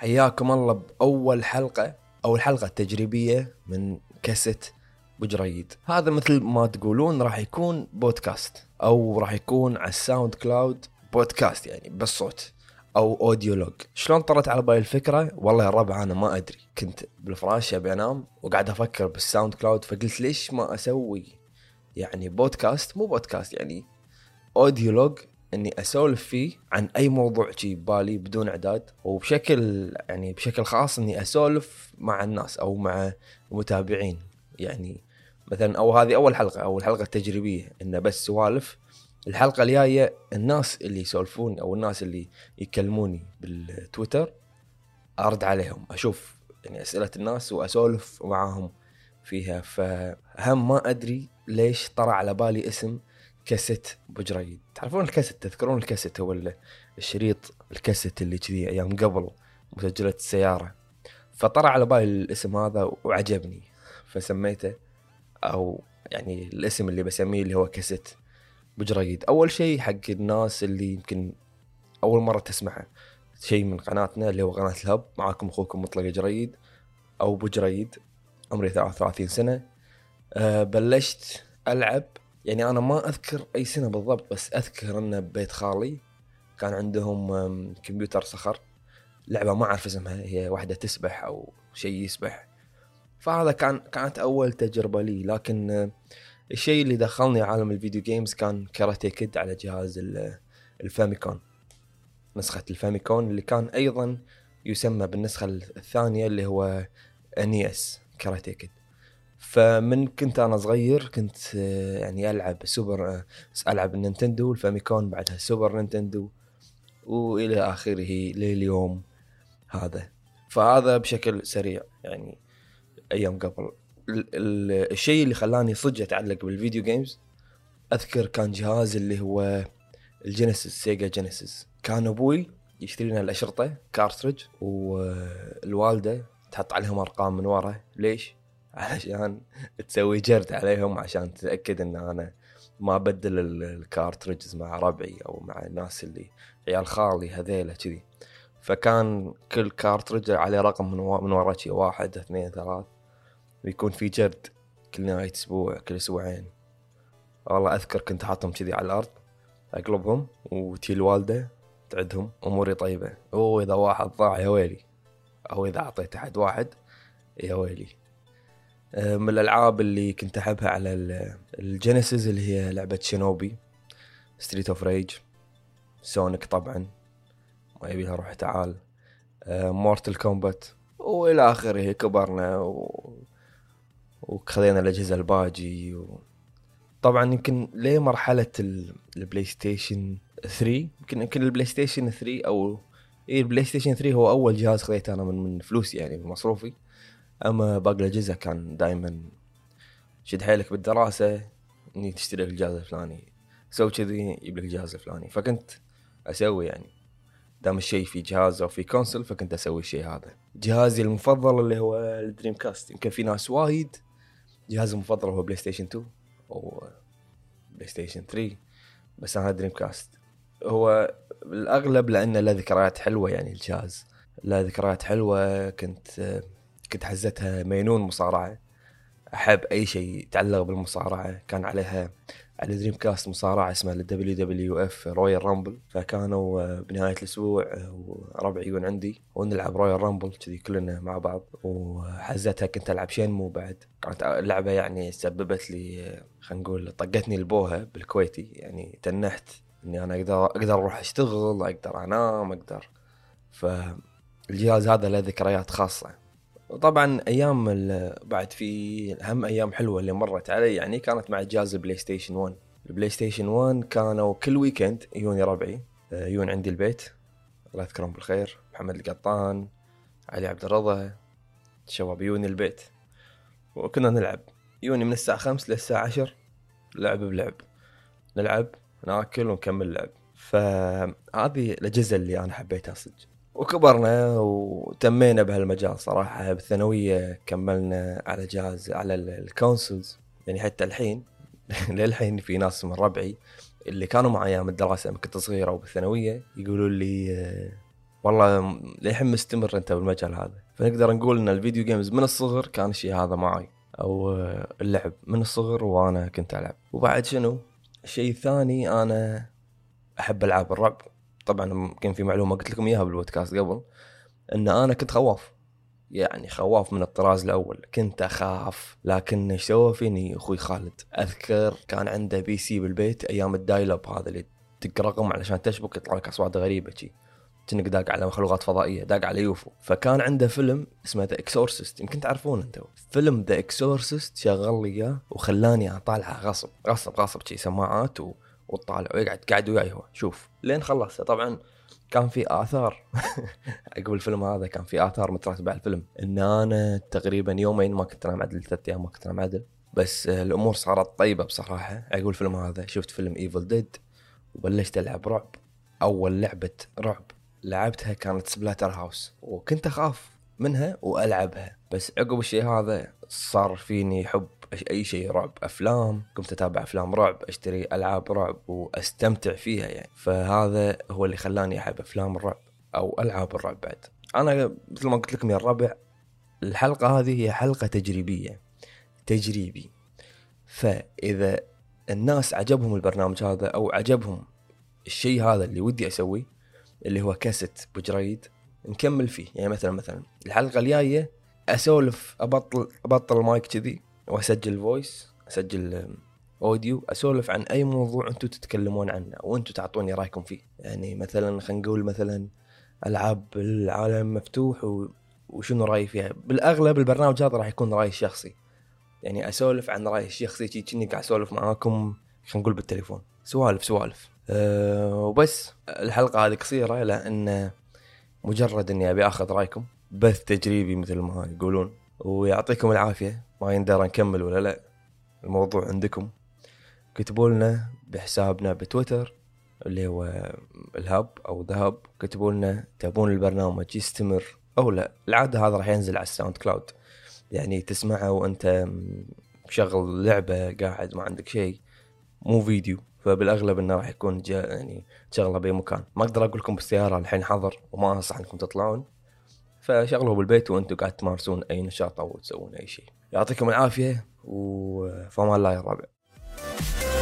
حياكم الله بأول حلقة أو الحلقة التجريبية من كاسيت بجريد. هذا مثل ما تقولون راح يكون بودكاست أو راح يكون على الساوند كلاود بودكاست، يعني بالصوت أو أوديولوج. شلون طرت على بالي الفكرة؟ والله يا الربع أنا ما أدري، كنت بالفراش أبي أنام وقاعد أفكر بالساوند كلاود، فقلت ليش ما أسوي يعني بودكاست، مو بودكاست يعني أوديولوج، اني اسولف فيه عن اي موضوع جي ببالي بدون اعداد، بشكل خاص اني اسولف مع الناس او مع المتابعين. يعني مثلا او هذه اول حلقه او الحلقه التجريبيه انه بس سوالف. الحلقه الجايه الناس اللي يسولفون او الناس اللي يكلموني بالتويتر ارد عليهم، اشوف يعني اسئله الناس واسولف معاهم فيها. فهم ما ادري ليش طرى على بالي اسم كاسيت بجريد. تعرفون الكاسيت؟ تذكرون الكاسيت؟ هو الشريط الكاسيت اللي كذي ايام قبل مسجلة السيارة. فطرى على بالي الاسم هذا وعجبني فسميته، او يعني الاسم اللي بسميه اللي هو كاسيت بجريد. اول شيء حق الناس اللي يمكن اول مرة تسمعه شيء من قناتنا اللي هو قناة الهب، معاكم اخوكم مطلق جريد او بجريد، عمري 33 سنة. بلشت ألعب، يعني أنا ما أذكر أي سنة بالضبط، بس أذكر أن بيت خالي كان عندهم كمبيوتر صخر، لعبة ما أعرف اسمها، هي واحدة تسبح أو شيء يسبح. فهذا كانت أول تجربة لي. لكن الشيء اللي دخلني عالم الفيديو جيمز كان كاراتيه كيد على جهاز الفاميكون، نسخة الفاميكون اللي كان أيضا يسمى بالنسخة الثانية اللي هو NES كاراتيه كيد. فمن كنت أنا صغير كنت يعني ألعب النينتندو الفاميكون، بعدها السوبر نينتندو وإلى آخره لليوم هذا. فهذا بشكل سريع يعني أيام قبل. الشيء اللي خلاني صدق أتعلق بالفيديو جيمز أذكر كان جهاز اللي هو الجينيسيس، سيجا جينيسيس. كان أبوي يشتري لنا الأشرطة كارتريج والوالدة تحط عليهم أرقام من ورا. ليش؟ علشان تسوي جرد عليهم، عشان تتأكد ان انا ما بدل الكارتريجز مع ربعي او مع الناس اللي عيال خالي هذيلا كذي. فكان كل كارتريج عليه رقم من ورا شي 1 2 3، ويكون في جرد كل نهاية اسبوع كل اسبوعين. والله اذكر كنت حاطهم كذي على الارض اقلبهم وتي الوالدة تعدهم، اموري طيبة. واذا واحد ضاع يا ويلي، او اذا اعطيت احد واحد يا ويلي. من الألعاب اللي كنت أحبها على الجينيسيس اللي هي لعبة شينوبي، ستريت اوف ريج، سونيك طبعا ما يبيها روح تعال، مورتل كومبات وإلى آخره. كبرنا وخذينا الأجهزة الباجي طبعا يمكن ليه مرحلة البلاي ستيشن 3. يمكن البلاي ستيشن 3 أو البلاي ستيشن 3 هو أول جهاز خذيته أنا من فلوسي يعني من مصروفي. أما باقي الأجهزة كان دايما شد حيلك بالدراسة إني تشتري الجهاز الفلاني، سوي كذي يجيب لك الجهاز الفلاني. فكنت أسوي يعني دام الشيء في جهاز أو في كونسول فكنت أسوي الشيء هذا. جهازي المفضل اللي هو الدريم كاست. يمكن في ناس وايد جهازي المفضل هو بلاي ستيشن 2 أو بلاي ستيشن 3، بس أنا دريم كاست هو بالأغلب لأنه له ذكريات حلوة. يعني الجهاز له ذكريات حلوة. كنت حزتها مينون مصارعة، أحب أي شيء يتعلق بالمصارعة. كان عليها على دريم كاست مصارعة اسمها WWF رويال رامبل، فكانوا بنهاية الأسبوع وربعي يكون عندي ونلعب رويال رامبل كذي كلنا مع بعض. وحزتها كنت ألعب شينمو بعد، كانت اللعبة يعني سببت لي خلينا نقول طقتني البوهة بالكويتي، يعني تنحت إني أنا أقدر أروح أشتغل، أقدر أنام، أقدر. فالجهاز هذا له ذكريات خاصة. وطبعا ايام بعد في هم ايام حلوه اللي مرت علي يعني كانت مع جهاز البلاي ستيشن 1. البلاي ستيشن 1 كانوا كل ويكند يوني ربعي يون عندي البيت، الله يذكرهم بالخير، محمد القطان، علي عبد الرضا، شباب يوني البيت. وكنا نلعب يوني من الساعه 5 للساعه 10، لعب بلعب، نلعب ناكل ونكمل لعب. فهذه الاجهزه اللي انا حبيتها صدق. وكبرنا وتمينا بهالمجال صراحة. بالثانوية كملنا على جهاز على الكونسولز، يعني حتى الحين للحين في ناس من ربعي اللي كانوا معي أيام الدراسة لما كنت صغيرة وبالثانوية يقولوا لي والله للحين مستمر انت بالمجال هذا. فنقدر نقول ان الفيديو جيمز من الصغر كان الشيء هذا معي، او اللعب من الصغر وانا كنت العب. وبعد شنو الشيء الثاني، انا احب العاب الرعب. طبعا كان في معلومه قلت لكم اياها بالبودكاست قبل، ان انا كنت خواف، يعني خواف من الطراز الاول. كنت اخاف، لكن ايش سوى فيني اخوي خالد؟ اذكر كان عنده بي سي بالبيت ايام الدايلب هذا اللي تقرقم علشان تشبك يطلع لك اصوات غريبه شي، كأنك داق على مخلوقات فضائيه، داق على يوفو. فكان عنده فيلم اسمه ذا اكسورسيست، يمكن تعرفون انتم فيلم ذا اكسورسيست. شغل لي اياه وخلاني اطالعه غصب شي سماعات وطالع ويقعد وياي هو شوف لين خلصته. طبعا كان في آثار عقب الفيلم هذا، كان في آثار مترتبة على الفيلم، إن أنا تقريبا يومين ما كنت أنام عدل، 3 أيام ما كنت أنام عدل. بس الأمور صارت طيبة بصراحة عقب الفيلم هذا. شفت فيلم Evil Dead وبلشت ألعب رعب. أول لعبة رعب لعبتها كانت سبلاتر هاوس، وكنت أخاف منها وألعبها. بس عقب الشيء هذا صار فيني حب أي شيء رعب. أفلام، كنت أتابع أفلام رعب، أشتري ألعاب رعب وأستمتع فيها يعني. فهذا هو اللي خلاني أحب أفلام الرعب أو ألعاب الرعب. بعد أنا مثل ما قلت لكم يا الربع، الحلقة هذه هي حلقة تجريبي. فإذا الناس عجبهم البرنامج هذا أو عجبهم الشيء هذا اللي ودي أسويه، اللي هو كاسيت بجريد، نكمل فيه. يعني مثلا الحلقة الجاية أسولف، أبطل المايك كذي وأسجل فويس، أسجل أوديو، أسولف عن أي موضوع أنتوا تتكلمون عنه وأنتوا تعطوني رأيكم فيه. يعني مثلا خلينا نقول مثلا ألعاب العالم مفتوح وشنو رأيي فيها. بالأغلب البرنامج هذا راح يكون رأيي الشخصي، يعني أسولف عن رأيي الشخصي كأني قاعد أسولف معاكم، خلينا نقول بالتليفون، سوالف. وبس الحلقة هذه قصيرة لأن مجرد أني أبي أخذ رأيكم، بث تجريبي مثل ما يقولون. ويعطيكم العافية، ما يندر نكمل ولا لا، الموضوع عندكم. كتبوا لنا بحسابنا بتويتر اللي هو الهاب أو ذهب، كتبوا لنا تبون البرنامج يستمر أو لا. العادة هذا راح ينزل على الساوند كلاود، يعني تسمعه وأنت شغل لعبة قاعد ما عندك شيء، مو فيديو. فبالأغلب إنه راح يكون يعني شغله بأي مكان. ما أقدر أقول لكم بالسيارة الحين حظر وما أنصح إنكم تطلعون، فشغلوا بالبيت وأنتوا قاعد تمارسون أي نشاط أو تسوون أي شيء. يعطيكم العافية وفما الله يا الربع.